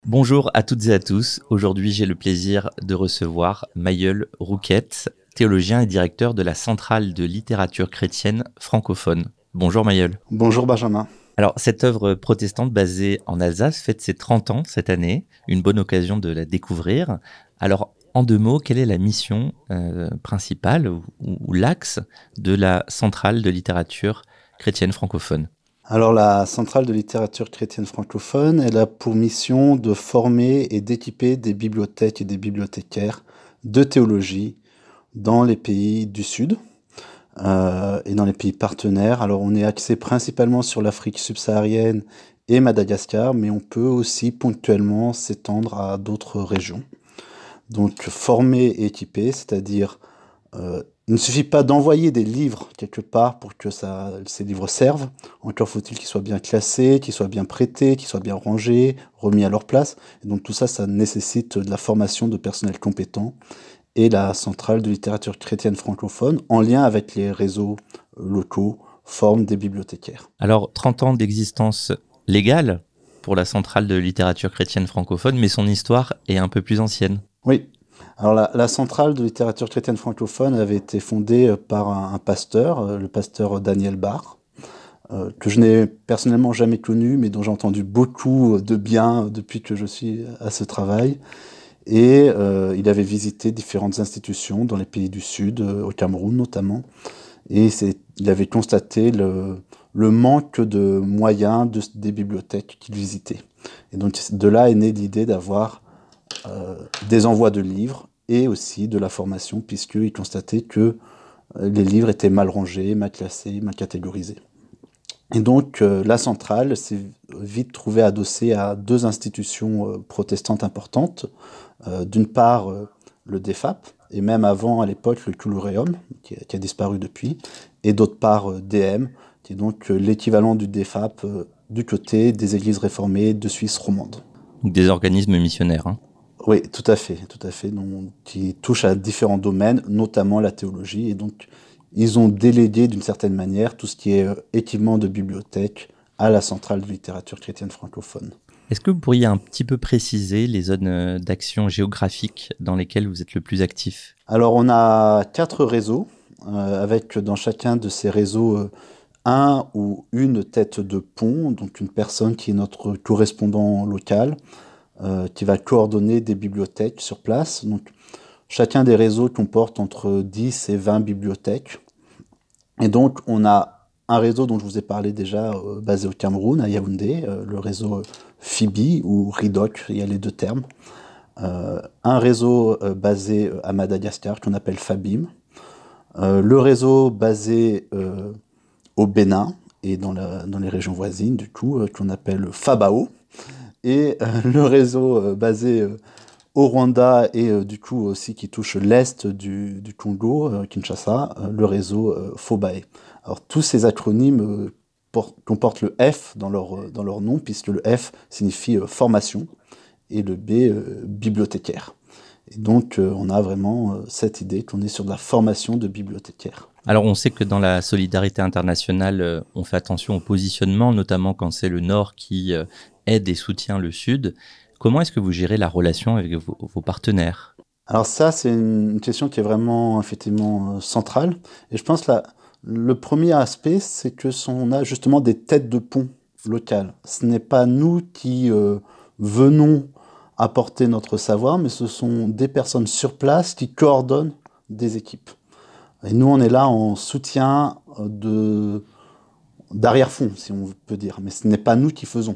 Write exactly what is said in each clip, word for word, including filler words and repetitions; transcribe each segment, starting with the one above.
Bonjour à toutes et à tous. Aujourd'hui, j'ai le plaisir de recevoir Mayol Rouquette, théologien et directeur de la Centrale de littérature chrétienne francophone. Bonjour Mayol. Bonjour Benjamin. Alors, cette œuvre protestante basée en Alsace fête ses trente ans cette année, une bonne occasion de la découvrir. Alors, en deux mots, quelle est la mission euh, principale ou, ou l'axe de la Centrale de littérature chrétienne francophone? Alors la Centrale de littérature chrétienne francophone, elle a pour mission de former et d'équiper des bibliothèques et des bibliothécaires de théologie dans les pays du Sud euh, et dans les pays partenaires. Alors on est axé principalement sur l'Afrique subsaharienne et Madagascar, mais on peut aussi ponctuellement s'étendre à d'autres régions. Donc former et équiper, c'est-à-dire Euh, il ne suffit pas d'envoyer des livres quelque part pour que ça, ces livres servent. Encore faut-il qu'ils soient bien classés, qu'ils soient bien prêtés, qu'ils soient bien rangés, remis à leur place. Et donc tout ça, ça nécessite de la formation de personnel compétent. Et la Centrale de littérature chrétienne francophone, en lien avec les réseaux locaux, forme des bibliothécaires. Alors, trente ans d'existence légale pour la Centrale de littérature chrétienne francophone, mais son histoire est un peu plus ancienne. Oui. Alors la, la Centrale de littérature chrétienne francophone avait été fondée par un, un pasteur, euh, le pasteur Daniel Barr, euh, que je n'ai personnellement jamais connu, mais dont j'ai entendu beaucoup de bien depuis que je suis à ce travail. Et euh, il avait visité différentes institutions dans les pays du Sud, euh, au Cameroun notamment, et c'est, il avait constaté le, le manque de moyens de, des bibliothèques qu'il visitait. Et donc de là est née l'idée d'avoir euh, des envois de livres et aussi de la formation, puisqu'il constatait que euh, les livres étaient mal rangés, mal classés, mal catégorisés. Et donc, euh, la centrale s'est vite trouvée adossée à deux institutions euh, protestantes importantes. Euh, d'une part, euh, le D F A P, et même avant, à l'époque, le Culuréum, qui, qui a disparu depuis, et d'autre part, euh, D M, qui est donc euh, l'équivalent du D F A P euh, du côté des églises réformées de Suisse romande. Donc des organismes missionnaires. Hein. Oui, tout à fait, tout à fait, donc, qui touchent à différents domaines, notamment la théologie, et donc ils ont délégué d'une certaine manière tout ce qui est euh, équipement de bibliothèque à la Centrale de littérature chrétienne francophone. Est-ce que vous pourriez un petit peu préciser les zones euh, d'action géographique dans lesquelles vous êtes le plus actif? Alors on a quatre réseaux, euh, avec dans chacun de ces réseaux euh, un ou une tête de pont, donc une personne qui est notre correspondant local, euh, qui va coordonner des bibliothèques sur place. Donc chacun des réseaux comporte entre dix et vingt bibliothèques. Et donc, on a un réseau dont je vous ai parlé déjà, euh, basé au Cameroun, à Yaoundé, euh, le réseau euh, Fibi ou Ridoc, il y a les deux termes. Euh, un réseau euh, basé euh, à Madagascar qu'on appelle Fabim. Euh, le réseau basé euh, au Bénin et dans, la, dans les régions voisines, du coup, euh, qu'on appelle Fabao. Et euh, le réseau euh, basé euh, au Rwanda et euh, du coup aussi qui touche l'est du, du Congo, euh, Kinshasa, euh, le réseau euh, FOBAE. Alors tous ces acronymes euh, por- comportent le F dans leur, euh, dans leur nom, puisque le F signifie euh, formation et le B euh, bibliothécaire. Et donc euh, on a vraiment euh, cette idée qu'on est sur de la formation de bibliothécaires. Alors on sait que dans la solidarité internationale, euh, on fait attention au positionnement, notamment quand c'est le Nord qui euh, aide et soutient le Sud. Comment est-ce que vous gérez la relation avec vos, vos partenaires? Alors ça, c'est une question qui est vraiment effectivement euh, centrale. Et je pense que le premier aspect, c'est que on a justement des têtes de pont locales. Ce n'est pas nous qui euh, venons apporter notre savoir, mais ce sont des personnes sur place qui coordonnent des équipes. Et nous, on est là en soutien euh, de d'arrière-fond, si on peut dire. Mais ce n'est pas nous qui faisons.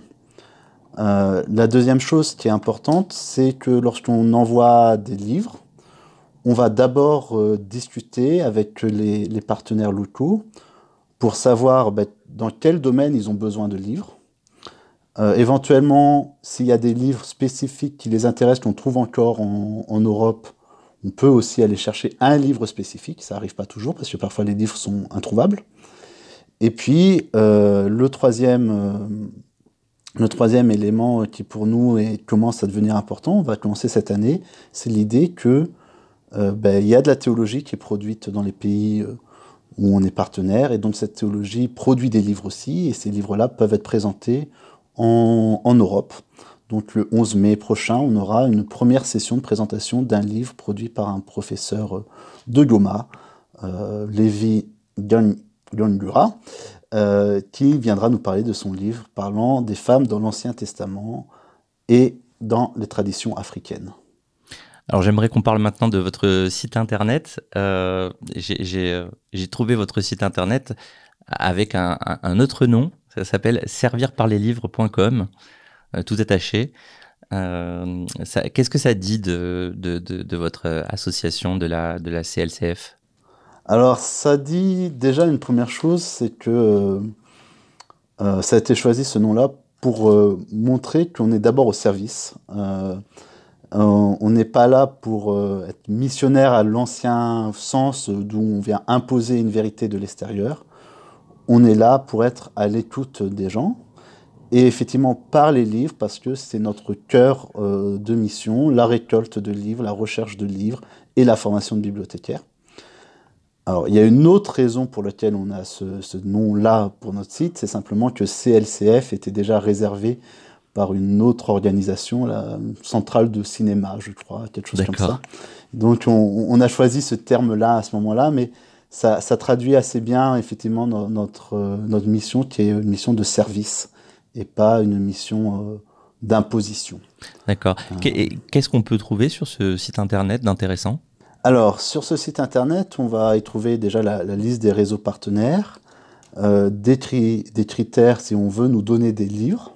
Euh, la deuxième chose qui est importante, c'est que lorsqu'on envoie des livres, on va d'abord euh, discuter avec les, les partenaires locaux pour savoir ben, dans quel domaine ils ont besoin de livres. Euh, éventuellement, s'il y a des livres spécifiques qui les intéressent, qu'on trouve encore en, en Europe, on peut aussi aller chercher un livre spécifique. Ça n'arrive pas toujours parce que parfois les livres sont introuvables. Et puis, euh, le troisième... euh, le troisième élément qui pour nous est, commence à devenir important, on va commencer cette année, c'est l'idée que euh, ben, y a de la théologie qui est produite dans les pays euh, où on est partenaire, et donc cette théologie produit des livres aussi, et ces livres-là peuvent être présentés en, en Europe. Donc le onze mai prochain, on aura une première session de présentation d'un livre produit par un professeur de Goma, euh, Lévi Gangura, euh, qui viendra nous parler de son livre parlant des femmes dans l'Ancien Testament et dans les traditions africaines. Alors j'aimerais qu'on parle maintenant de votre site internet. Euh, j'ai, j'ai, euh, j'ai trouvé votre site internet avec un, un, un autre nom. Ça s'appelle servir par les livres point com, euh, tout attaché. Euh, ça, qu'est-ce que ça dit de, de, de, de votre association, de la, de la C L C F? Alors ça dit déjà une première chose, c'est que euh, euh, ça a été choisi ce nom-là pour euh, montrer qu'on est d'abord au service. Euh, euh, on n'est pas là pour euh, être missionnaire à l'ancien sens euh, d'où on vient imposer une vérité de l'extérieur. On est là pour être à l'écoute des gens. Et effectivement, par les livres, parce que c'est notre cœur euh, de mission, la récolte de livres, la recherche de livres et la formation de bibliothécaires. Alors, il y a une autre raison pour laquelle on a ce, ce nom-là pour notre site, c'est simplement que C L C F était déjà réservé par une autre organisation, la Centrale de cinéma, je crois, quelque chose D'accord. comme ça. Donc, on, on a choisi ce terme-là à ce moment-là, mais ça, ça traduit assez bien, effectivement, no- notre, euh, notre mission, qui est une mission de service et pas une mission euh, d'imposition. D'accord. Euh, Qu'est- et Qu'est-ce qu'on peut trouver sur ce site internet d'intéressant? Alors, sur ce site internet, on va y trouver déjà la, la liste des réseaux partenaires, euh, des, tri- des critères si on veut nous donner des livres.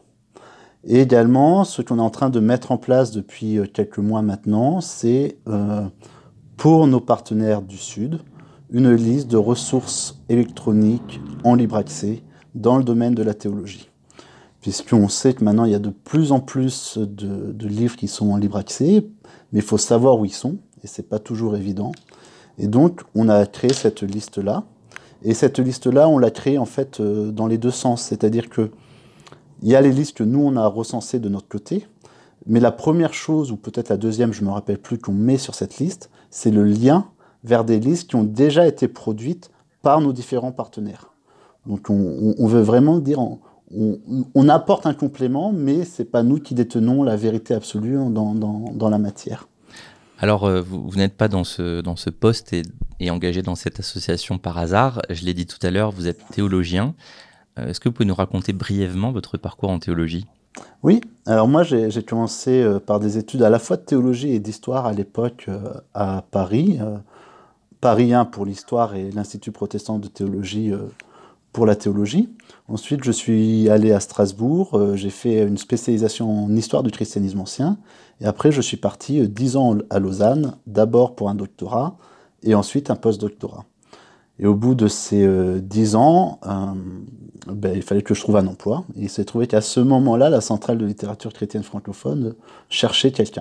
Et également, ce qu'on est en train de mettre en place depuis euh, quelques mois maintenant, c'est euh, pour nos partenaires du Sud, une liste de ressources électroniques en libre accès dans le domaine de la théologie. Puisqu'on sait que maintenant, il y a de plus en plus de, de livres qui sont en libre accès, mais il faut savoir où ils sont, et c'est pas toujours évident. Et donc, on a créé cette liste-là. Et cette liste-là, on l'a créée en fait euh, dans les deux sens. C'est-à-dire que il y a les listes que nous, on a recensées de notre côté. Mais la première chose, ou peut-être la deuxième, je ne me rappelle plus, qu'on met sur cette liste, c'est le lien vers des listes qui ont déjà été produites par nos différents partenaires. Donc, on, on- on veut vraiment dire, on, on- on apporte un complément, mais ce n'est pas nous qui détenons la vérité absolue dans, dans- dans la matière. Alors, euh, vous, vous n'êtes pas dans ce, dans ce poste et, et engagé dans cette association par hasard. Je l'ai dit tout à l'heure, vous êtes théologien. Euh, Est-ce que vous pouvez nous raconter brièvement votre parcours en théologie? Oui, alors moi j'ai j'ai commencé euh, par des études à la fois de théologie et d'histoire à l'époque euh, à Paris. euh, Paris un pour l'histoire et l'Institut protestant de théologie euh, pour la théologie. Ensuite, je suis allé à Strasbourg, euh, j'ai fait une spécialisation en histoire du christianisme ancien, et après je suis parti euh, dix ans à Lausanne, d'abord pour un doctorat, et ensuite un post-doctorat. Et au bout de ces euh, dix ans, euh, ben, il fallait que je trouve un emploi, et il s'est trouvé qu'à ce moment-là, la Centrale de littérature chrétienne francophone cherchait quelqu'un.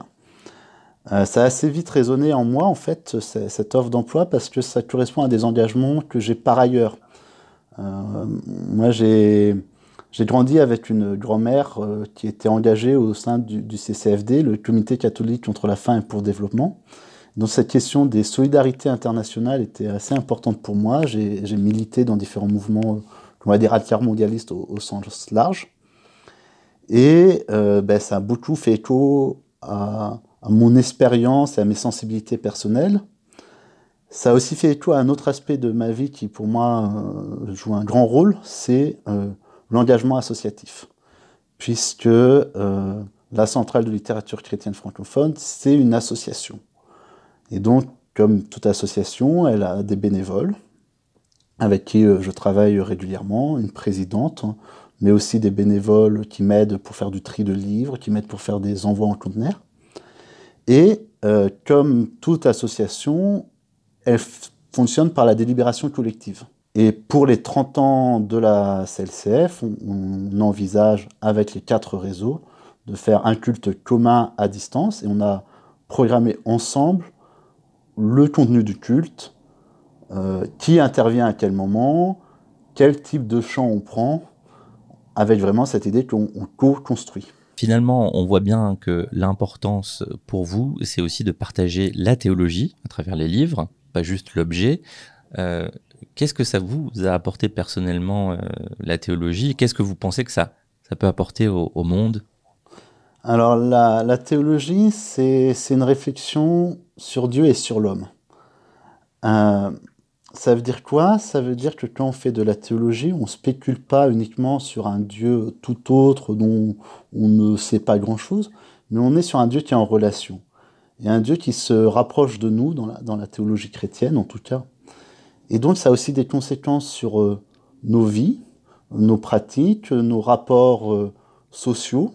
Euh, ça a assez vite résonné en moi, en fait, c- cette offre d'emploi, parce que ça correspond à des engagements que j'ai par ailleurs. Euh, moi, j'ai j'ai grandi avec une grand-mère euh, qui était engagée au sein du, du C C F D, le Comité catholique contre la faim et pour le développement. Donc cette question des solidarités internationales était assez importante pour moi. J'ai j'ai milité dans différents mouvements, on va dire, altermondialistes au, au sens large. Et euh, ben, ça a beaucoup fait écho à, à mon expérience et à mes sensibilités personnelles. Ça a aussi fait écho à un autre aspect de ma vie qui, pour moi, euh, joue un grand rôle, c'est euh, l'engagement associatif. Puisque euh, la Centrale de littérature chrétienne francophone, c'est une association. Et donc, comme toute association, elle a des bénévoles avec qui euh, je travaille régulièrement, une présidente, hein, mais aussi des bénévoles qui m'aident pour faire du tri de livres, qui m'aident pour faire des envois en conteneur. Et euh, comme toute association, elle f- fonctionne par la délibération collective. Et pour les trente ans de la C L C F, on, on envisage, avec les quatre réseaux, de faire un culte commun à distance. Et on a programmé ensemble le contenu du culte, euh, qui intervient à quel moment, quel type de chant on prend, avec vraiment cette idée qu'on on co-construit. Finalement, on voit bien que l'importance pour vous, c'est aussi de partager la théologie à travers les livres, pas juste l'objet. Euh, Qu'est-ce que ça vous a apporté personnellement, euh, la théologie? Qu'est-ce que vous pensez que ça, ça peut apporter au, au monde? Alors la, la théologie, c'est, c'est une réflexion sur Dieu et sur l'homme. Euh, ça veut dire quoi? Ça veut dire que quand on fait de la théologie, on ne spécule pas uniquement sur un Dieu tout autre dont on ne sait pas grand-chose, mais on est sur un Dieu qui est en relation. Et un Dieu qui se rapproche de nous, dans la, dans la théologie chrétienne en tout cas. Et donc ça a aussi des conséquences sur euh, nos vies, nos pratiques, nos rapports euh, sociaux.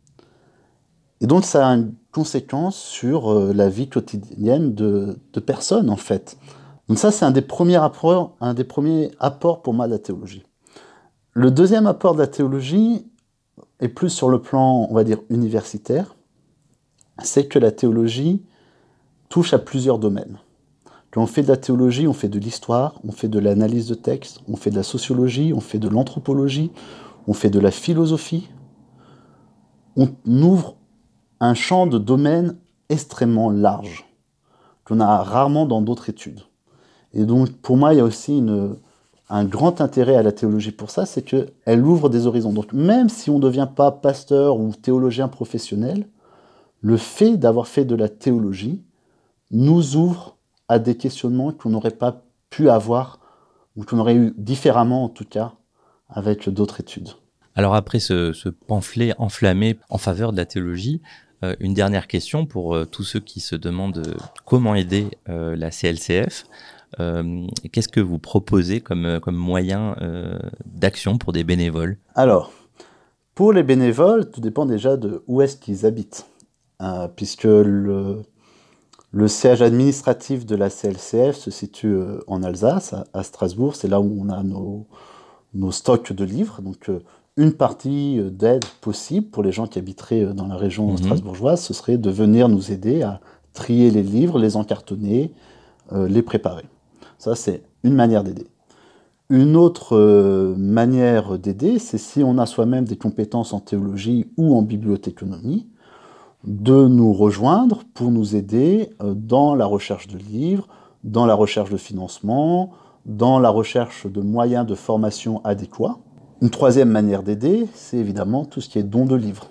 Et donc ça a une conséquence sur euh, la vie quotidienne de, de personnes en fait. Donc ça c'est un des premiers apports, un des premiers apports pour moi de la théologie. Le deuxième apport de la théologie est plus sur le plan, on va dire, universitaire. C'est que la théologie touche à plusieurs domaines. Quand on fait de la théologie, on fait de l'histoire, on fait de l'analyse de texte, on fait de la sociologie, on fait de l'anthropologie, on fait de la philosophie. On ouvre un champ de domaines extrêmement large, qu'on a rarement dans d'autres études. Et donc, pour moi, il y a aussi une, un grand intérêt à la théologie pour ça, c'est qu'elle ouvre des horizons. Donc, même si on ne devient pas pasteur ou théologien professionnel, le fait d'avoir fait de la théologie nous ouvre à des questionnements qu'on n'aurait pas pu avoir, ou qu'on aurait eu différemment en tout cas, avec d'autres études. Alors après ce, ce pamphlet enflammé en faveur de la théologie, euh, une dernière question pour euh, tous ceux qui se demandent euh, comment aider euh, la C L C F. Euh, qu'est-ce que vous proposez comme, comme moyen euh, d'action pour des bénévoles? Alors, pour les bénévoles, tout dépend déjà de où est-ce qu'ils habitent, euh, puisque le, le siège administratif de la C L C F se situe euh, en Alsace, à, à Strasbourg. C'est là où on a nos, nos stocks de livres. Donc, euh, une partie d'aide possible pour les gens qui habiteraient dans la région mmh. strasbourgeoise, ce serait de venir nous aider à trier les livres, les encartonner, euh, les préparer. Ça, c'est une manière d'aider. Une autre euh, manière d'aider, c'est si on a soi-même des compétences en théologie ou en bibliothéconomie, de nous rejoindre pour nous aider euh, dans la recherche de livres, dans la recherche de financement, dans la recherche de moyens de formation adéquats. Une troisième manière d'aider, c'est évidemment tout ce qui est don de livres.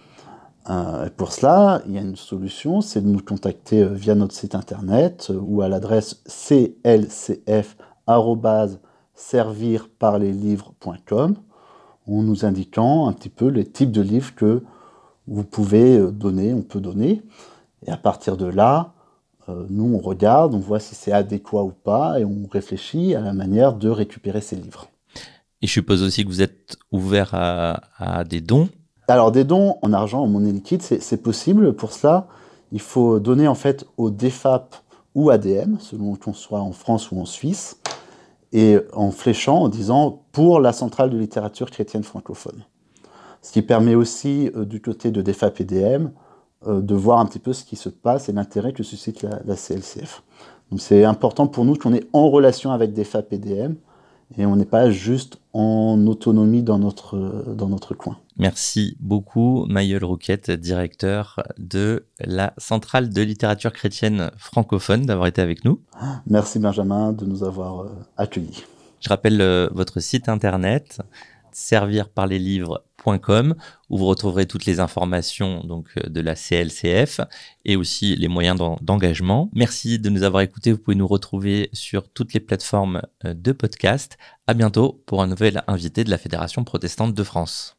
Euh, pour cela, il y a une solution, c'est de nous contacter euh, via notre site internet euh, ou à l'adresse c l c f arobase servir par les livres point com en nous indiquant un petit peu les types de livres que vous pouvez donner, on peut donner. Et à partir de là, euh, nous on regarde, on voit si c'est adéquat ou pas et on réfléchit à la manière de récupérer ces livres. Et je suppose aussi que vous êtes ouvert à, à des dons. Alors des dons en argent, en monnaie liquide, c'est, c'est possible. Pour cela, il faut donner en fait au D F A P ou A D M, selon qu'on soit en France ou en Suisse, et en fléchant, en disant « pour la centrale de littérature chrétienne francophone ». Ce qui permet aussi, euh, du côté de D F A P et D M, euh, de voir un petit peu ce qui se passe et l'intérêt que suscite la, la C L C F. Donc c'est important pour nous qu'on est en relation avec D F A P et D M, et on n'est pas juste en autonomie dans notre, dans notre coin. Merci beaucoup, Maïeul Rouquette, directeur de la Centrale de littérature chrétienne francophone, d'avoir été avec nous. Merci Benjamin de nous avoir euh, accueillis. Je rappelle euh, votre site internet, servir par les livres point com, où vous retrouverez toutes les informations donc, de la C L C F et aussi les moyens d'en, d'engagement. Merci de nous avoir écoutés. Vous pouvez nous retrouver sur toutes les plateformes de podcast. À bientôt pour un nouvel invité de la Fédération protestante de France.